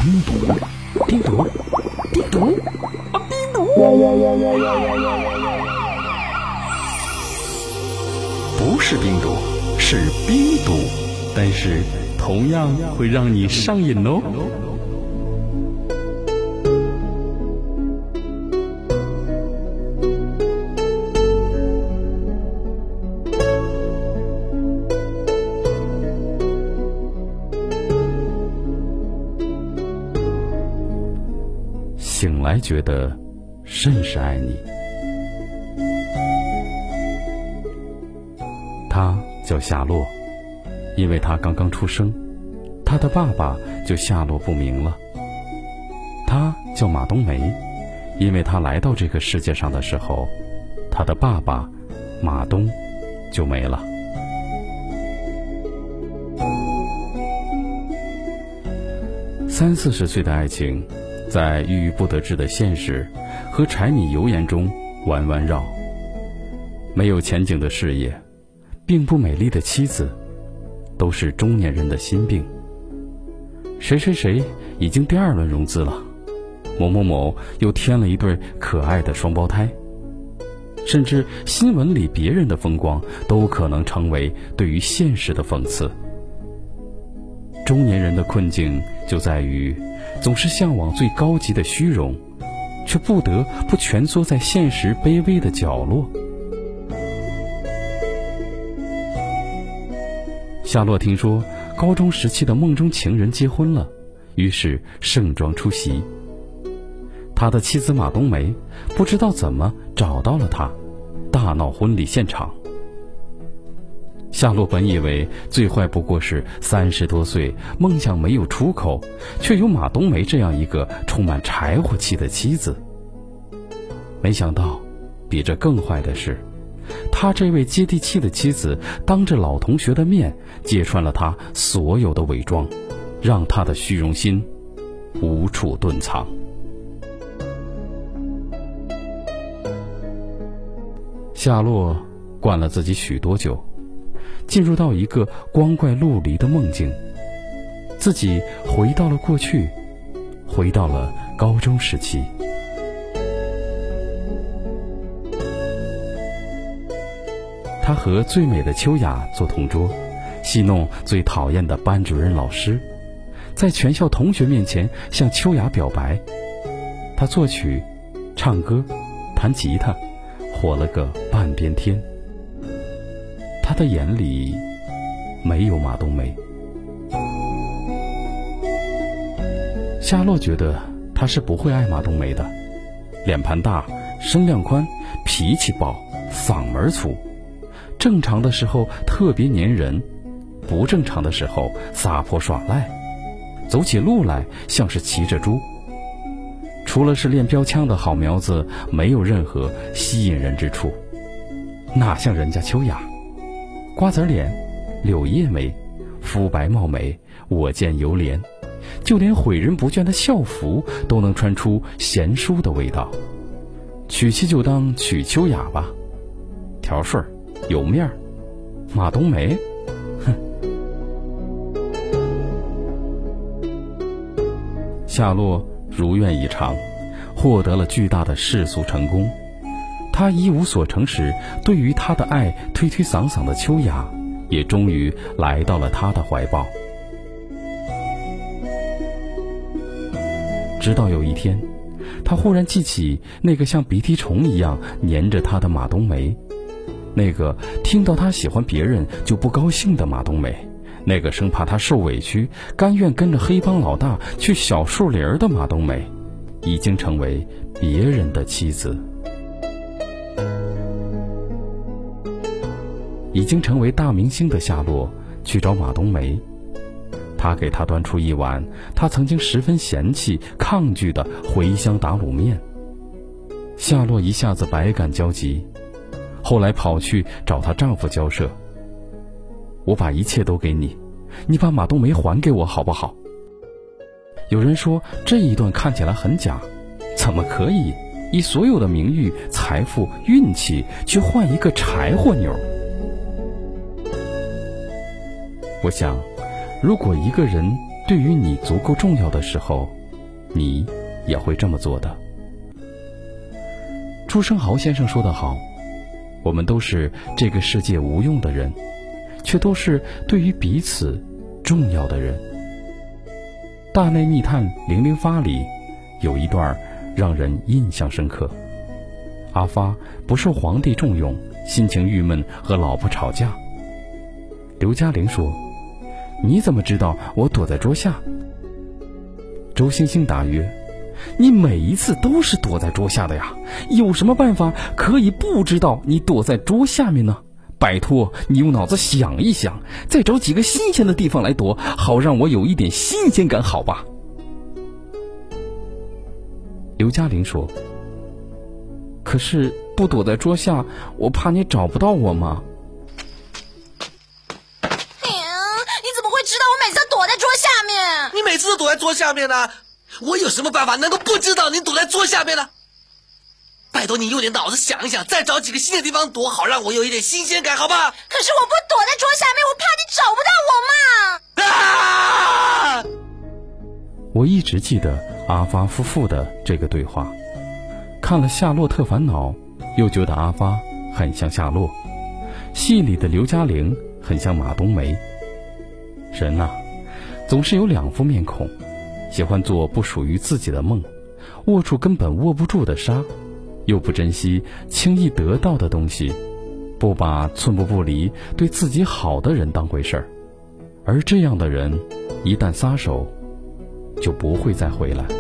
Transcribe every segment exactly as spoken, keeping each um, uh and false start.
冰毒，冰毒，冰毒啊，冰毒！不是冰毒，是冰毒，但是同样会让你上瘾哦。醒来觉得甚是爱你。他叫夏洛，因为他刚刚出生，他的爸爸就下落不明了。他叫马冬梅，因为他来到这个世界上的时候，他的爸爸马东就没了。三四十岁的爱情，在郁郁不得志的现实和柴米油盐中弯弯绕，没有前景的事业，并不美丽的妻子，都是中年人的心病。谁谁谁已经第二轮融资了，某某某又添了一对可爱的双胞胎，甚至新闻里别人的风光都可能成为对于现实的讽刺。中年人的困境就在于总是向往最高级的虚荣，却不得不蜷缩在现实卑微的角落。夏洛听说高中时期的梦中情人结婚了，于是盛装出席。他的妻子马冬梅不知道怎么找到了他，大闹婚礼现场。夏洛本以为最坏不过是三十多岁，梦想没有出口，却有马冬梅这样一个充满柴火气的妻子。没想到比这更坏的是，他这位接地气的妻子当着老同学的面揭穿了他所有的伪装，让他的虚荣心无处遁藏。夏洛灌了自己许多酒，进入到一个光怪陆离的梦境，自己回到了过去，回到了高中时期。他和最美的秋雅做同桌，戏弄最讨厌的班主任老师，在全校同学面前向秋雅表白。他作曲、唱歌、弹吉他，火了个半边天。他的眼里没有马冬梅。夏洛觉得他是不会爱马冬梅的，脸盘大，身量宽，脾气暴，嗓门粗，正常的时候特别粘人，不正常的时候撒泼耍赖，走起路来像是骑着猪。除了是练标枪的好苗子，没有任何吸引人之处。哪像人家秋雅，瓜子脸，柳叶眉，肤白貌美，我见犹怜，就连诲人不倦的校服都能穿出贤淑的味道。娶妻就当娶秋雅吧，条顺有面儿。马冬梅，哼。夏洛如愿以偿，获得了巨大的世俗成功。他一无所成时，对于他的爱推推搡搡的秋雅，也终于来到了他的怀抱。直到有一天，他忽然记起那个像鼻涕虫一样粘着他的马冬梅，那个听到他喜欢别人就不高兴的马冬梅，那个生怕他受委屈，甘愿跟着黑帮老大去小树林的马冬梅，已经成为别人的妻子，已经成为大明星的夏洛去找马冬梅。他给他端出一碗他曾经十分嫌弃抗拒的茴香打卤面。夏洛一下子百感交集，后来跑去找她丈夫交涉，我把一切都给你，你把马冬梅还给我好不好？有人说这一段看起来很假，怎么可以以所有的名誉、财富、运气去换一个柴火妞？我想，如果一个人对于你足够重要的时候，你也会这么做的。朱生豪先生说得好，我们都是这个世界无用的人，却都是对于彼此重要的人。大内密探零零发里有一段让人印象深刻。阿发不受皇帝重用，心情郁闷，和老婆吵架。刘嘉玲说：你怎么知道我躲在桌下？周星星答曰：你每一次都是躲在桌下的呀，有什么办法可以不知道你躲在桌下面呢？拜托你用脑子想一想，再找几个新鲜的地方来躲，好让我有一点新鲜感，好吧？刘嘉玲说：可是不躲在桌下，我怕你找不到我吗？ 哎呀，你怎么会知道我每次躲在桌下面？ 你每次都躲在桌下面呢？我有什么办法能够不知道你躲在桌下面呢？拜托你用点脑子想一想，再找几个新的地方躲，好让我有一点新鲜感，好吧？ 可是我不躲在桌下面，我怕你找不到我嘛。 啊！ 我一直记得阿发夫妇的这个对话，看了《夏洛特烦恼》，又觉得阿发很像夏洛，戏里的刘嘉玲很像马冬梅。人啊，总是有两副面孔，喜欢做不属于自己的梦，握住根本握不住的沙，又不珍惜轻易得到的东西，不把寸步不离对自己好的人当回事儿。而这样的人一旦撒手，就不会再回来。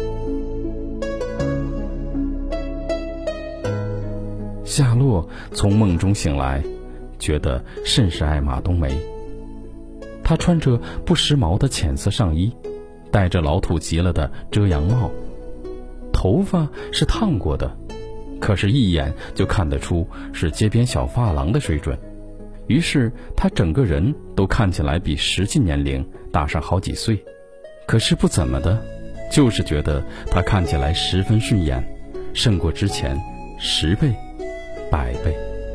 夏洛从梦中醒来，觉得甚是爱马冬梅。她穿着不时髦的浅色上衣，戴着老土极了的遮阳帽，头发是烫过的，可是一眼就看得出是街边小发廊的水准。于是她整个人都看起来比实际年龄大上好几岁，可是不怎么的，就是觉得她看起来十分顺眼，胜过之前十倍百倍。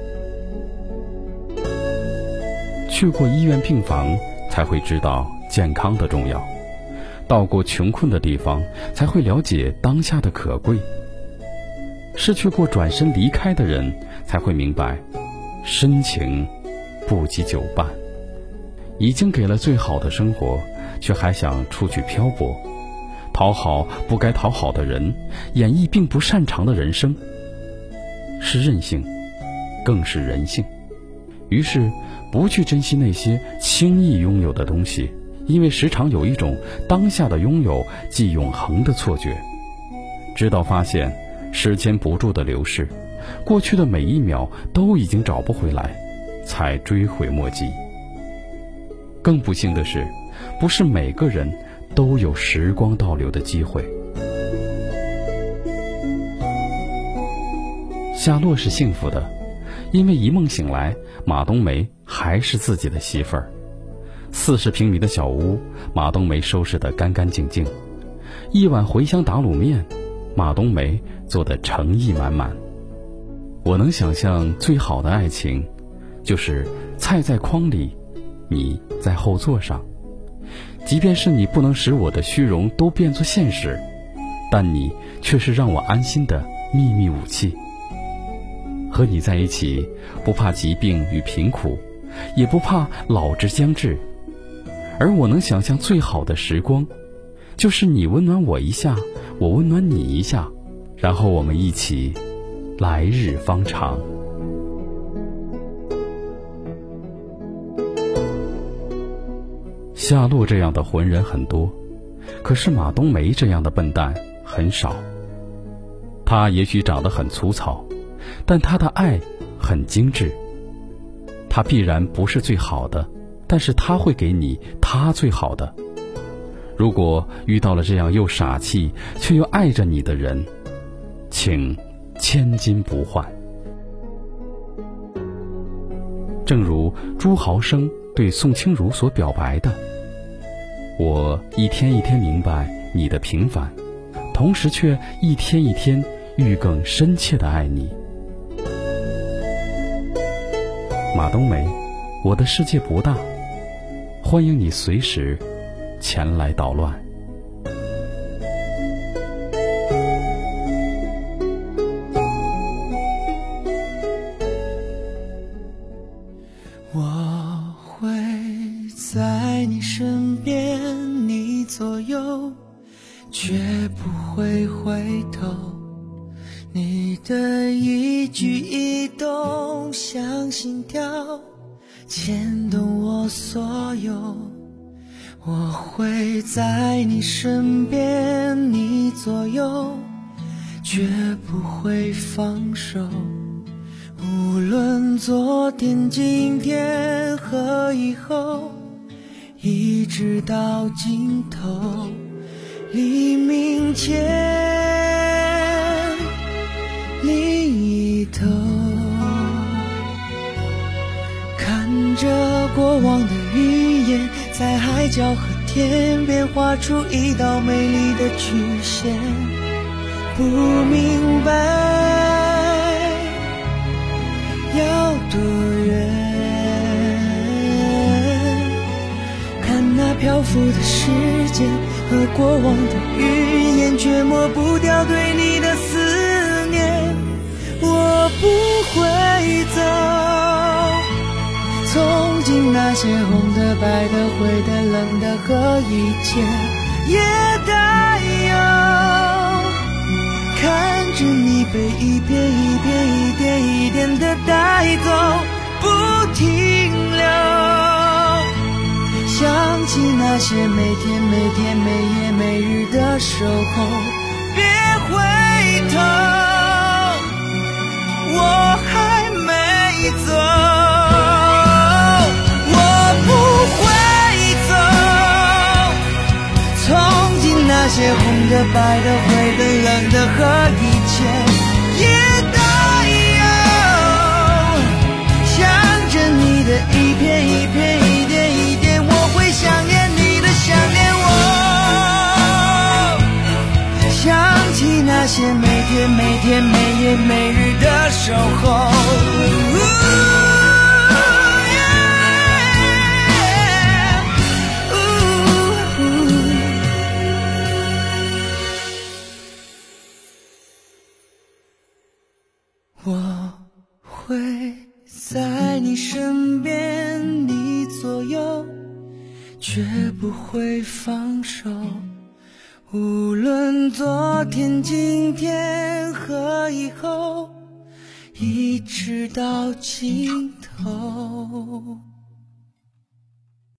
去过医院病房才会知道健康的重要，到过穷困的地方才会了解当下的可贵，失去过转身离开的人才会明白深情不及久伴。已经给了最好的生活，却还想出去漂泊，讨好不该讨好的人，演绎并不擅长的人生，是任性，更是人性。于是不去珍惜那些轻易拥有的东西，因为时常有一种当下的拥有即永恒的错觉，直到发现时间不住的流逝，过去的每一秒都已经找不回来，才追悔莫及。更不幸的是，不是每个人都有时光倒流的机会。夏洛是幸福的，因为一梦醒来，马冬梅还是自己的媳妇儿。四十平米的小屋，马冬梅收拾得干干净净，一碗茴香打卤面，马冬梅做得诚意满满。我能想象最好的爱情，就是菜在筐里，你在后座上，即便是你不能使我的虚荣都变作现实，但你却是让我安心的秘密武器。和你在一起，不怕疾病与贫苦，也不怕老之将至。而我能想象最好的时光，就是你温暖我一下，我温暖你一下，然后我们一起来日方长。夏洛这样的浑人很多，可是马冬梅这样的笨蛋很少。她也许长得很粗糙，但她的爱很精致。她必然不是最好的，但是她会给你她最好的。如果遇到了这样又傻气却又爱着你的人，请千金不换。正如朱豪生对宋清如所表白的，我一天一天明白你的平凡，同时却一天一天愈更深切的爱你。马冬梅，我的世界不大，欢迎你随时前来捣乱。 我会在你身边，你左右，绝不会回头。你的一举一动像心跳，牵动我所有。我会在你身边，你左右，绝不会放手。无论昨天、今天和以后，一直到尽头，黎明前另一头，看着过往的云烟，在海角和天边画出一道美丽的曲线。不明白要多远，看那漂浮的时间和过往的云烟，却抹不掉对你的思念。我不会走，从今那些红的、白的、灰的、冷的和一切也带有，看着你被一片一片、一点一点的带走，不停留。想起那些每天每天、每夜每日的守候，别回头，我还没走，我不会走，从今那些红的、白的、灰的、冷的和一切也带有，想着你的一片一片、一点一点，我会想念你的想念我，想起那些每天每天、每夜每日的守候。我会在你身边，你左右，绝不会放手。无论昨天、今天和以后，一直到尽头。